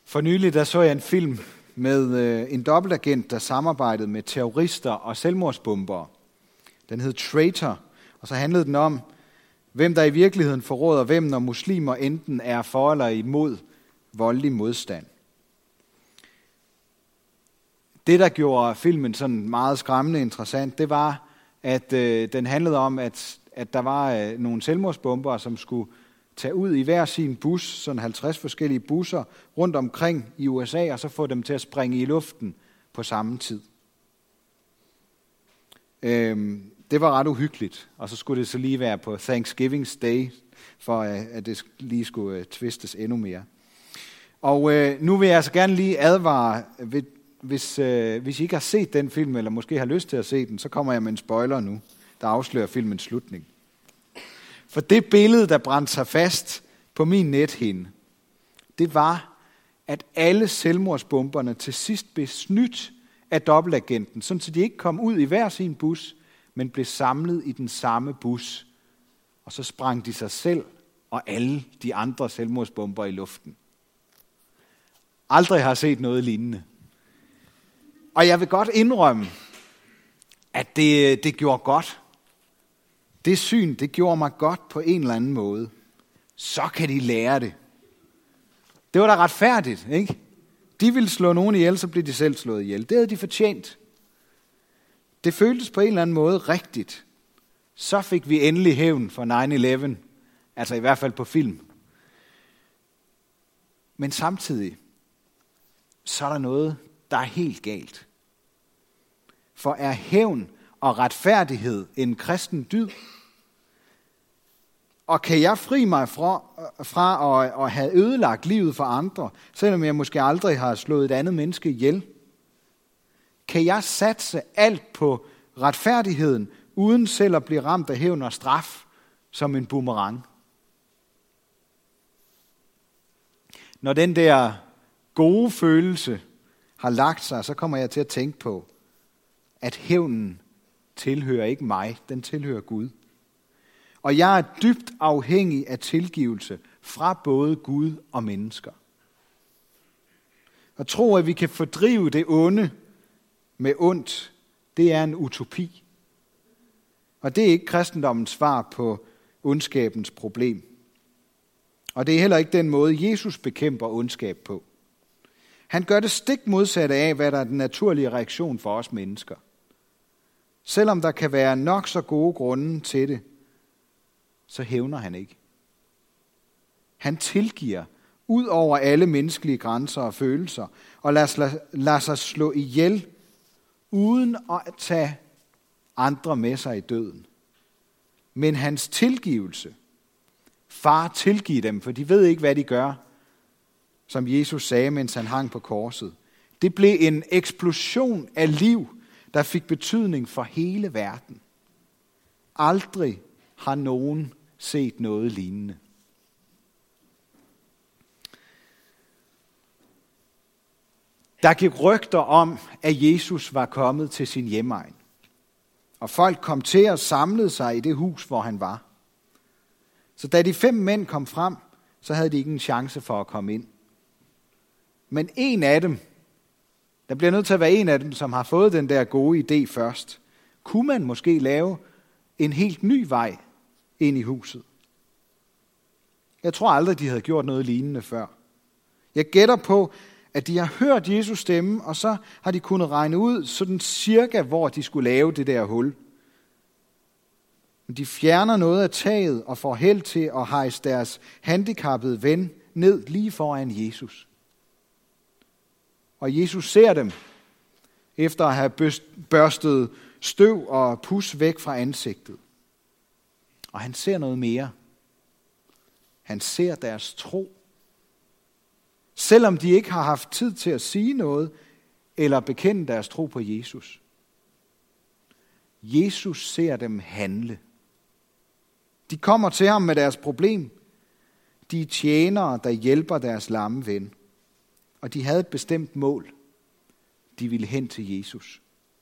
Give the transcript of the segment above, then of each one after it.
For nylig der så jeg en film med en dobbeltagent, der samarbejdede med terrorister og selvmordsbombere. Den hed Traitor, og så handlede den om, hvem der i virkeligheden forråder hvem, når muslimer enten er for eller imod voldelig modstand. Det, der gjorde filmen sådan meget skræmmende interessant, det var, at den handlede om, at der var nogle selvmordsbombere, som skulle tage ud i hver sin bus, sådan 50 forskellige busser, rundt omkring i USA, og så få dem til at springe i luften på samme tid. Det var ret uhyggeligt, og så skulle det så lige være på Thanksgiving Day, for at det lige skulle twistes endnu mere. Og nu vil jeg altså gerne lige advare, hvis I ikke har set den film, eller måske har lyst til at se den, så kommer jeg med en spoiler nu, der afslører filmens slutning. For det billede, der brændte sig fast på min nethinde, det var, at alle selvmordsbomberne til sidst blev snydt af dobbeltagenten, sådan så de ikke kom ud i hver sin bus, men blev samlet i den samme bus, og så sprang de sig selv og alle de andre selvmordsbomber i luften. Aldrig har jeg set noget lignende. Og jeg vil godt indrømme, at det gjorde godt. Det syn, det gjorde mig godt på en eller anden måde. Så kan de lære det. Det var da retfærdigt, ikke? De ville slå nogen ihjel, så blev de selv slået ihjel. Det havde de fortjent. Det føltes på en eller anden måde rigtigt. Så fik vi endelig hævn for 9/11, altså i hvert fald på film. Men samtidig, så er der noget, der er helt galt. For er hævn og retfærdighed en kristen dyd? Og kan jeg fri mig fra at have ødelagt livet for andre, selvom jeg måske aldrig har slået et andet menneske ihjel? Kan jeg satse alt på retfærdigheden, uden selv at blive ramt af hævn og straf som en boomerang? Når den der gode følelse har lagt sig, så kommer jeg til at tænke på, at hævnen tilhører ikke mig, den tilhører Gud. Og jeg er dybt afhængig af tilgivelse fra både Gud og mennesker. At tro, at vi kan fordrive det onde med ondt, det er en utopi. Og det er ikke kristendommens svar på ondskabens problem. Og det er heller ikke den måde, Jesus bekæmper ondskab på. Han gør det stik modsatte af, hvad der er den naturlige reaktion for os mennesker. Selvom der kan være nok så gode grunde til det, så hævner han ikke. Han tilgiver ud over alle menneskelige grænser og følelser, og lader sig slå ihjel, uden at tage andre med sig i døden. Men hans tilgivelse, far tilgiv dem, for de ved ikke, hvad de gør, som Jesus sagde, mens han hang på korset. Det blev en eksplosion af liv, der fik betydning for hele verden. Aldrig har nogen set noget lignende. Der gik rygter om, at Jesus var kommet til sin hjemegn. Og folk kom til at samle sig i det hus, hvor han var. Så da de 5 mænd kom frem, så havde de ikke en chance for at komme ind. Men en af dem, der bliver nødt til at være en af dem, som har fået den der gode idé først, kunne man måske lave en helt ny vej ind i huset. Jeg tror aldrig, de havde gjort noget lignende før. Jeg gætter på, at de har hørt Jesus stemme, og så har de kunnet regne ud sådan cirka, hvor de skulle lave det der hul. De fjerner noget af taget og får held til at hejse deres handicappede ven ned lige foran Jesus. Og Jesus ser dem, efter at have børstet støv og pus væk fra ansigtet. Og han ser noget mere. Han ser deres tro. Selvom de ikke har haft tid til at sige noget, eller bekende deres tro på Jesus. Jesus ser dem handle. De kommer til ham med deres problem. De er tjenere, der hjælper deres lamme ven. Og de havde et bestemt mål. De ville hen til Jesus.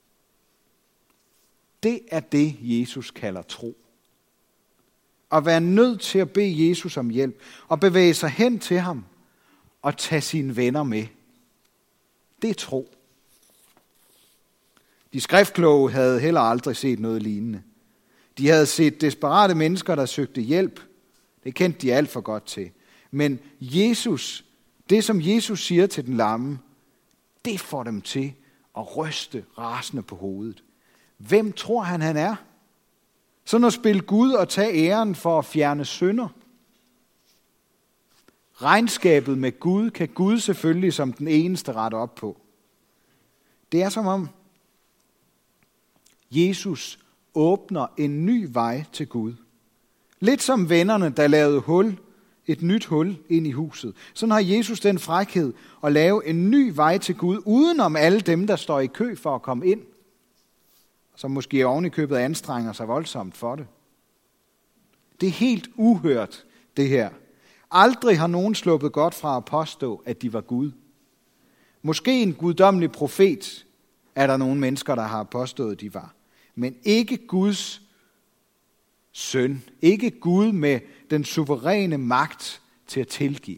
Det er det, Jesus kalder tro. At være nødt til at bede Jesus om hjælp og bevæge sig hen til ham og tage sine venner med. Det er tro. De skriftkloge havde heller aldrig set noget lignende. De havde set desperate mennesker, der søgte hjælp. Det kendte de alt for godt til. Men Jesus, det som Jesus siger til den lamme, det får dem til at ryste rasende på hovedet. Hvem tror han er? Sådan at spille Gud og tage æren for at fjerne synder. Regnskabet med Gud kan Gud selvfølgelig som den eneste rette op på. Det er som om Jesus åbner en ny vej til Gud. Lidt som vennerne, der lavede et nyt hul ind i huset. Sådan har Jesus den frækhed at lave en ny vej til Gud, udenom alle dem, der står i kø for at komme ind. Som måske oven i købet anstrenger sig voldsomt for det. Det er helt uhørt, det her. Aldrig har nogen sluppet godt fra at påstå, at de var Gud. Måske en guddommelig profet er der nogle mennesker, der har påstået, at de var. Men ikke Guds søn. Ikke Gud med den suveræne magt til at tilgive.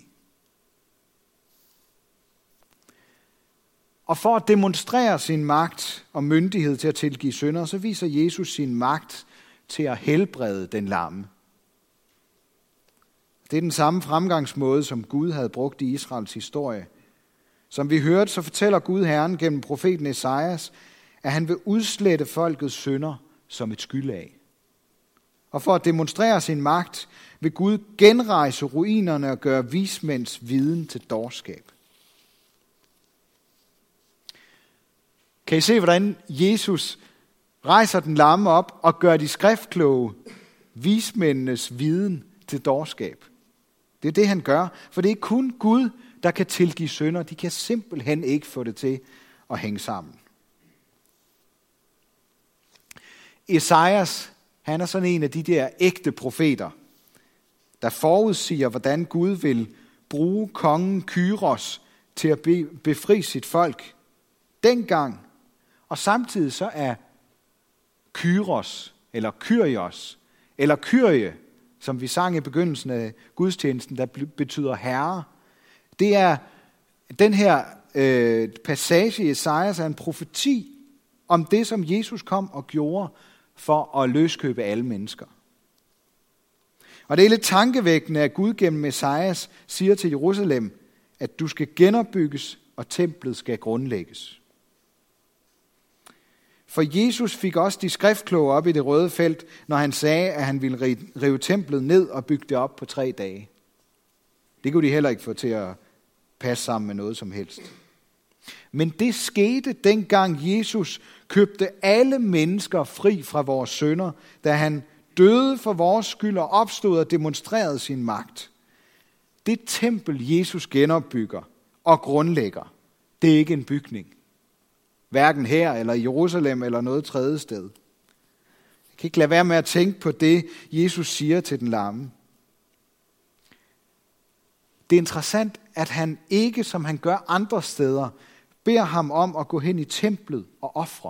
Og for at demonstrere sin magt og myndighed til at tilgive synder, så viser Jesus sin magt til at helbrede den lamme. Det er den samme fremgangsmåde, som Gud havde brugt i Israels historie. Som vi hørte, så fortæller Gud Herren gennem profeten Esajas, at han vil udslette folkets synder som et skyldag. Og for at demonstrere sin magt, vil Gud genrejse ruinerne og gøre vismænds viden til dårskab. Kan I se, hvordan Jesus rejser den lamme op og gør de skriftkloge vismændenes viden til dårskab? Det er det, han gør, for det er kun Gud, der kan tilgive synder. De kan simpelthen ikke få det til at hænge sammen. Esajas, han er sådan en af de der ægte profeter, der forudsiger, hvordan Gud vil bruge kongen Kyros til at befri sit folk dengang. Og samtidig så er Kyros, eller Kyrios, eller Kyrie, som vi sang i begyndelsen af gudstjenesten, der betyder herre. Det er den her passage i Esajas er en profeti om det, som Jesus kom og gjorde for at løskøbe alle mennesker. Og det er lidt tankevækkende, at Gud gennem Esajas siger til Jerusalem, at du skal genopbygges, og templet skal grundlægges. For Jesus fik også de skriftkloge op i det røde felt, når han sagde, at han ville rive templet ned og bygge det op på 3 dage. Det kunne de heller ikke få til at passe sammen med noget som helst. Men det skete dengang Jesus købte alle mennesker fri fra vores synder, da han døde for vores skyld og opstod og demonstrerede sin magt. Det tempel, Jesus genopbygger og grundlægger, det er ikke en bygning. Hverken her eller i Jerusalem eller noget tredje sted. Jeg kan ikke lade være med at tænke på det, Jesus siger til den lamme. Det er interessant, at han ikke, som han gør andre steder, beder ham om at gå hen i templet og ofre.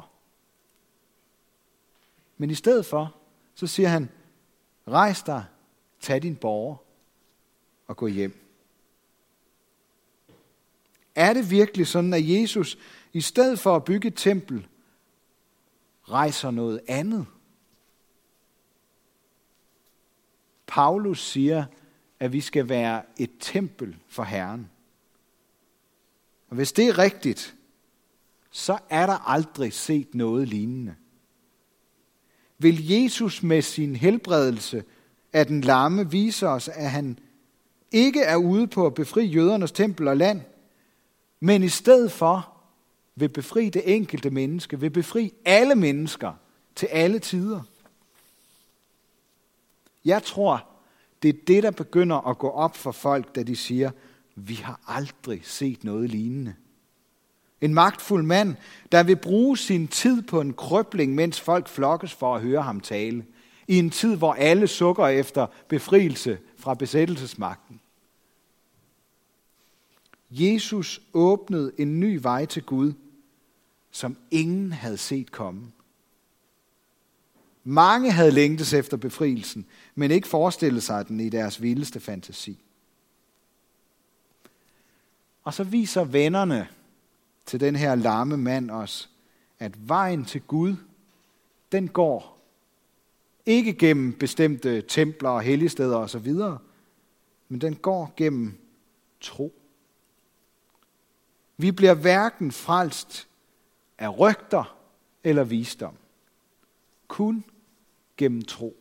Men i stedet for, så siger han, rejs dig, tag din borger og gå hjem. Er det virkelig sådan, at Jesus i stedet for at bygge et tempel, rejser noget andet? Paulus siger, at vi skal være et tempel for Herren. Og hvis det er rigtigt, så er der aldrig set noget lignende. Vil Jesus med sin helbredelse af den lamme vise os, at han ikke er ude på at befri jødernes tempel og land, men i stedet for vil befri det enkelte menneske, vil befri alle mennesker til alle tider. Jeg tror, det er det, der begynder at gå op for folk, da de siger, vi har aldrig set noget lignende. En magtfuld mand, der vil bruge sin tid på en krøbling, mens folk flokkes for at høre ham tale. I en tid, hvor alle sukker efter befrielse fra besættelsesmagten. Jesus åbnede en ny vej til Gud, som ingen havde set komme. Mange havde længtes efter befrielsen, men ikke forestillet sig den i deres vildeste fantasi. Og så viser vennerne til den her lamme mand os, at vejen til Gud, den går ikke gennem bestemte templer og helligsteder osv., men den går gennem tro. Vi bliver hverken frelst af rygter eller visdom. Kun gennem tro.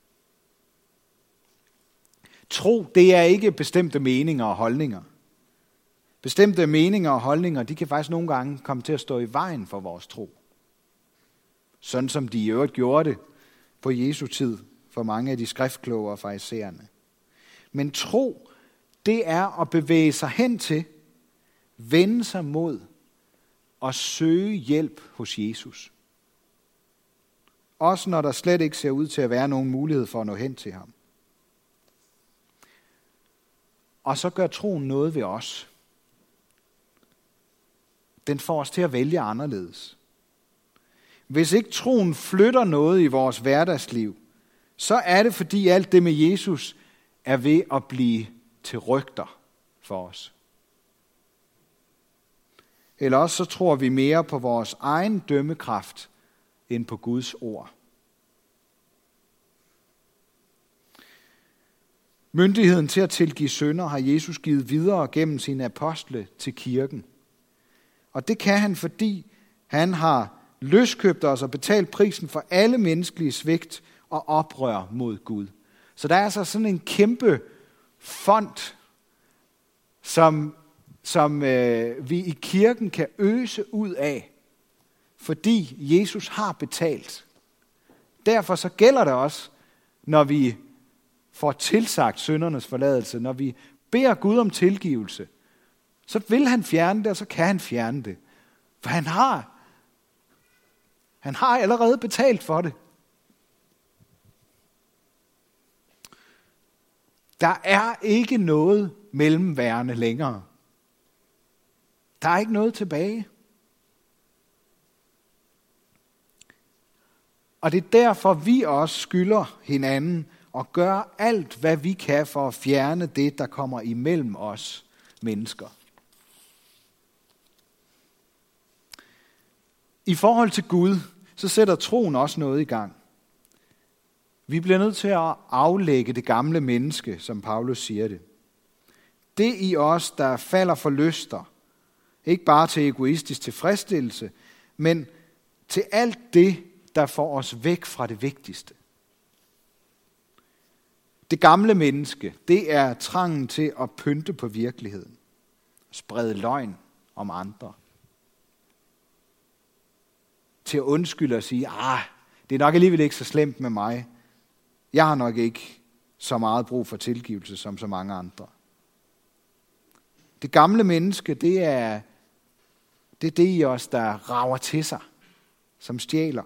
Tro, det er ikke bestemte meninger og holdninger. Bestemte meninger og holdninger, de kan faktisk nogle gange komme til at stå i vejen for vores tro. Sådan som de i øvrigt gjorde det på Jesu tid for mange af de skriftkloge og farisæerne. Men tro, det er at bevæge sig hen til, vende sig mod og søge hjælp hos Jesus. Også når der slet ikke ser ud til at være nogen mulighed for at nå hen til ham. Og så gør troen noget ved os. Den får os til at vælge anderledes. Hvis ikke troen flytter noget i vores hverdagsliv, så er det fordi alt det med Jesus er ved at blive til rygter for os. Eller også så tror vi mere på vores egen dømmekraft end på Guds ord. Myndigheden til at tilgive synder har Jesus givet videre gennem sine apostle til kirken. Og det kan han, fordi han har løskøbt os og betalt prisen for alle menneskelige svigt og oprør mod Gud. Så der er altså sådan en kæmpe fond, som vi i kirken kan øse ud af, fordi Jesus har betalt. Derfor så gælder det også, når vi får tilsagt syndernes forladelse, når vi beder Gud om tilgivelse, så vil han fjerne det, og så kan han fjerne det. For han har allerede betalt for det. Der er ikke noget mellemværende længere. Der er ikke noget tilbage. Og det er derfor, vi også skylder hinanden og gør alt, hvad vi kan for at fjerne det, der kommer imellem os mennesker. I forhold til Gud, så sætter troen også noget i gang. Vi bliver nødt til at aflægge det gamle menneske, som Paulus siger det. Det i os, der falder for lyster, ikke bare til egoistisk tilfredsstillelse, men til alt det, der får os væk fra det vigtigste. Det gamle menneske, det er trangen til at pynte på virkeligheden. Sprede løgn om andre. Til at undskylde og sige, det er nok alligevel ikke så slemt med mig. Jeg har nok ikke så meget brug for tilgivelse som så mange andre. Det gamle menneske, det er det i os, der rager til sig, som stjæler.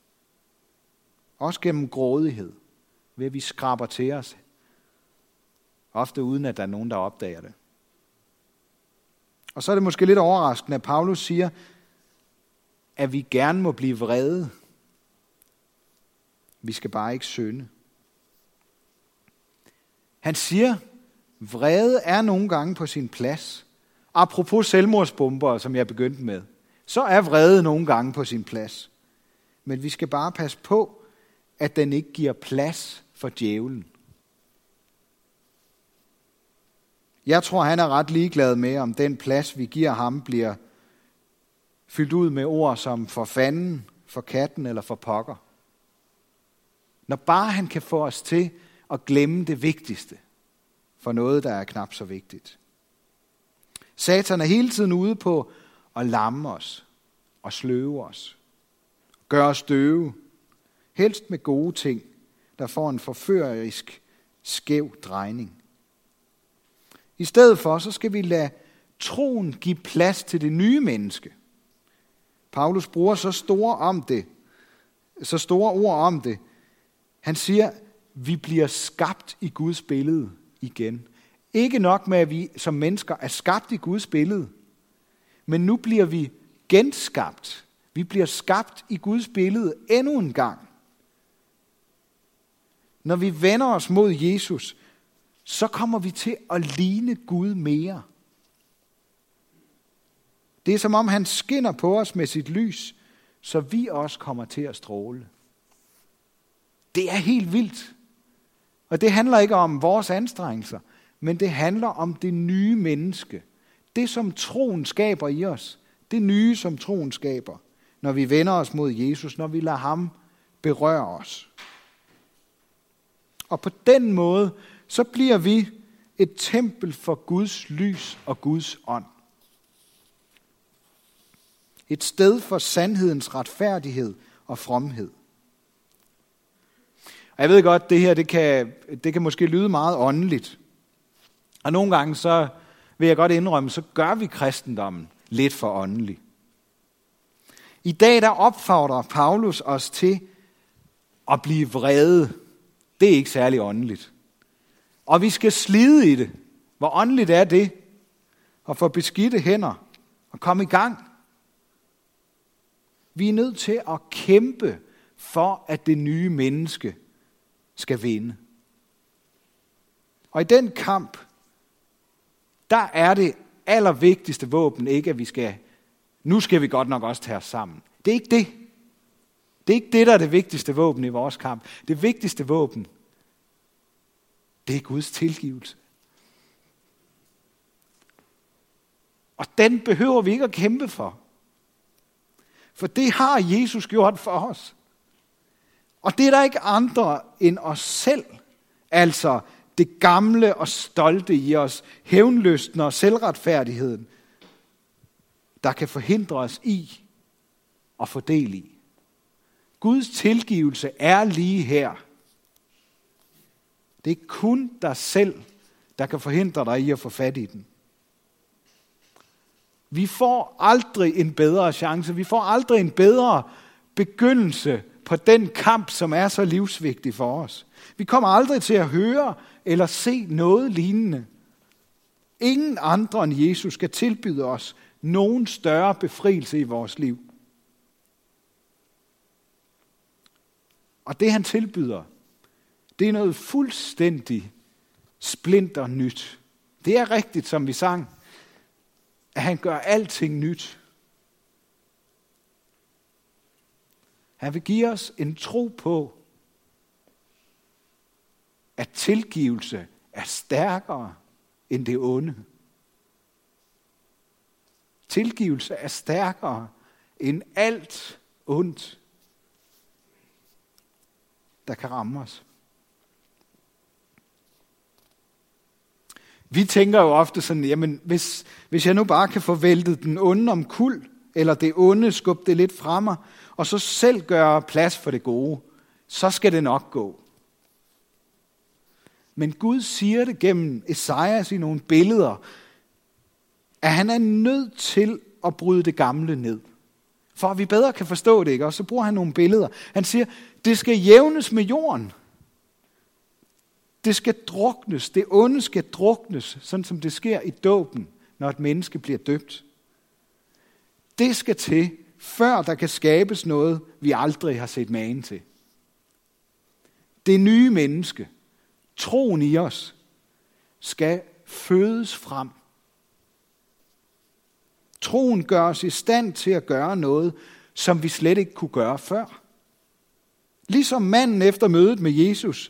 Også gennem grådighed, ved at vi skraber til os. Ofte uden at der er nogen, der opdager det. Og så er det måske lidt overraskende, at Paulus siger, at vi gerne må blive vrede. Vi skal bare ikke synde. Han siger, vrede er nogle gange på sin plads. Apropos selvmordsbomber, som jeg begyndte med, så er vrede nogle gange på sin plads. Men vi skal bare passe på, at den ikke giver plads for djævlen. Jeg tror, han er ret ligeglad med, om den plads, vi giver ham, bliver fyldt ud med ord som for fanden, for katten eller for pokker. Når bare han kan få os til at glemme det vigtigste for noget, der er knap så vigtigt. Satan er hele tiden ude på at lamme os og sløve os. Gøre os døve. Helst med gode ting, der får en forførerisk, skæv drejning. I stedet for, så skal vi lade troen give plads til det nye menneske. Paulus bruger så store ord om det. Han siger, vi bliver skabt i Guds billede igen. Ikke nok med, at vi som mennesker er skabt i Guds billede, men nu bliver vi genskabt. Vi bliver skabt i Guds billede endnu en gang. Når vi vender os mod Jesus, så kommer vi til at ligne Gud mere. Det er som om han skinner på os med sit lys, så vi også kommer til at stråle. Det er helt vildt. Og det handler ikke om vores anstrengelser, men det handler om det nye menneske. Det, som troen skaber i os. Det nye, som troen skaber, når vi vender os mod Jesus, når vi lader ham berøre os. Og på den måde, så bliver vi et tempel for Guds lys og Guds ånd. Et sted for sandhedens retfærdighed og fromhed. Og jeg ved godt, det her det kan måske lyde meget åndeligt. Og nogle gange så vil jeg godt indrømme, så gør vi kristendommen lidt for åndelig. I dag der opfordrer Paulus os til at blive vrede. Det er ikke særlig åndeligt. Og vi skal slide i det. Hvor åndeligt er det? Og få beskidte hænder og komme i gang. Vi er nødt til at kæmpe for, at det nye menneske skal vinde. Og i den kamp, der er det allervigtigste våben ikke, at nu skal vi godt nok også tage os sammen. Det er ikke det. Det er ikke det, der er det vigtigste våben i vores kamp. Det vigtigste våben, det er Guds tilgivelse. Og den behøver vi ikke at kæmpe for. For det har Jesus gjort for os. Og det er der ikke andre end os selv. Altså det gamle og stolte i os, hævnlysten og selvretfærdigheden, der kan forhindre os i at få del i. Guds tilgivelse er lige her. Det er kun dig selv, der kan forhindre dig i at få fat i den. Vi får aldrig en bedre chance. Vi får aldrig en bedre begyndelse på den kamp, som er så livsvigtig for os. Vi kommer aldrig til at høre eller se noget lignende. Ingen andre end Jesus skal tilbyde os nogen større befrielse i vores liv. Og det han tilbyder, det er noget fuldstændig splinter nyt. Det er rigtigt, som vi sang, at han gør alting nyt. Han vil give os en tro på, at tilgivelse er stærkere end det onde. Tilgivelse er stærkere end alt ondt, der kan ramme os. Vi tænker jo ofte sådan, jamen hvis jeg nu bare kan få væltet den onde omkuld, eller det onde skubbe det lidt fra mig, og så selv gøre plads for det gode, så skal det nok gå. Men Gud siger det gennem Esajas i nogle billeder, at han er nødt til at bryde det gamle ned. For at vi bedre kan forstå det, ikke? Og så bruger han nogle billeder. Han siger, det skal jævnes med jorden. Det skal druknes, det onde skal druknes, sådan som det sker i dåben, når et menneske bliver døbt. Det skal til, før der kan skabes noget, vi aldrig har set magen til. Det nye menneske, troen i os, skal fødes frem. Troen gør os i stand til at gøre noget, som vi slet ikke kunne gøre før. Ligesom manden efter mødet med Jesus,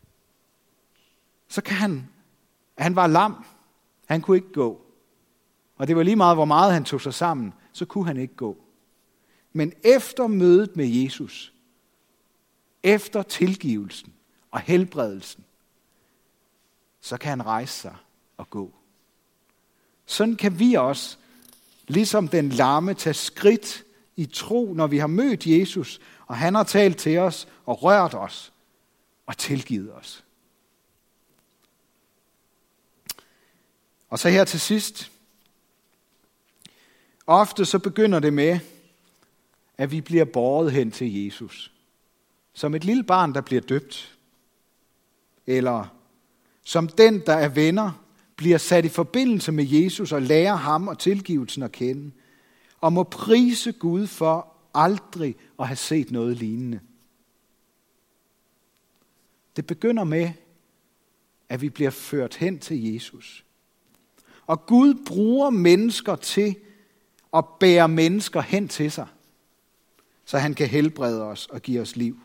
så kan han var lam. Han kunne ikke gå. Og det var lige meget, hvor meget han tog sig sammen, så kunne han ikke gå. Men efter mødet med Jesus, efter tilgivelsen og helbredelsen, så kan han rejse sig og gå. Sådan kan vi også, ligesom den lamme, tage skridt i tro, når vi har mødt Jesus, og han har talt til os og rørt os og tilgivet os. Og så her til sidst. Ofte så begynder det med, at vi bliver båret hen til Jesus. Som et lille barn, der bliver døbt. Eller som den, der er venner, bliver sat i forbindelse med Jesus og lærer ham og tilgivelsen at kende. Og må prise Gud for aldrig at have set noget lignende. Det begynder med, at vi bliver ført hen til Jesus. Og Gud bruger mennesker til og bærer mennesker hen til sig, så han kan helbrede os og give os liv.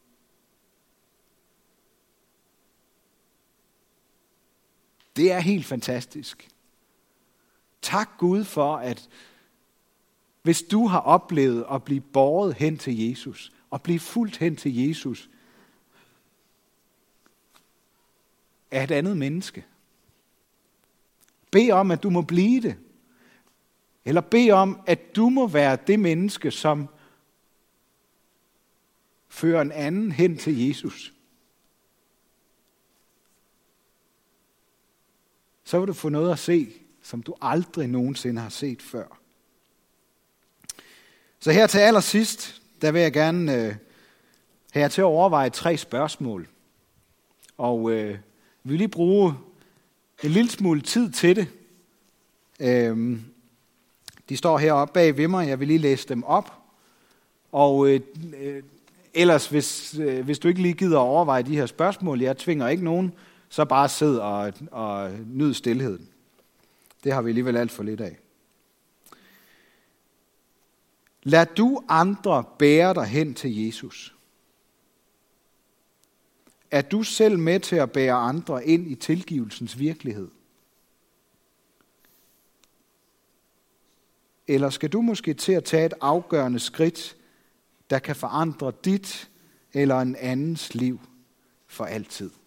Det er helt fantastisk. Tak Gud for, at hvis du har oplevet at blive båret hen til Jesus, og blive fuldt hen til Jesus af et andet menneske, bed om, at du må blive det. Eller bed om, at du må være det menneske, som fører en anden hen til Jesus. Så vil du få noget at se, som du aldrig nogensinde har set før. Så her til allersidst, der vil jeg gerne have jer til at overveje 3 spørgsmål. Og vi vil lige bruge en lille smule tid til det. De står heroppe bag ved mig. Jeg vil lige læse dem op. Og ellers, hvis du ikke lige gider at overveje de her spørgsmål, jeg tvinger ikke nogen, så bare sid og nyd stilheden. Det har vi alligevel alt for lidt af. Lad du andre bære dig hen til Jesus. Er du selv med til at bære andre ind i tilgivelsens virkelighed? Eller skal du måske til at tage et afgørende skridt, der kan forandre dit eller en andens liv for altid?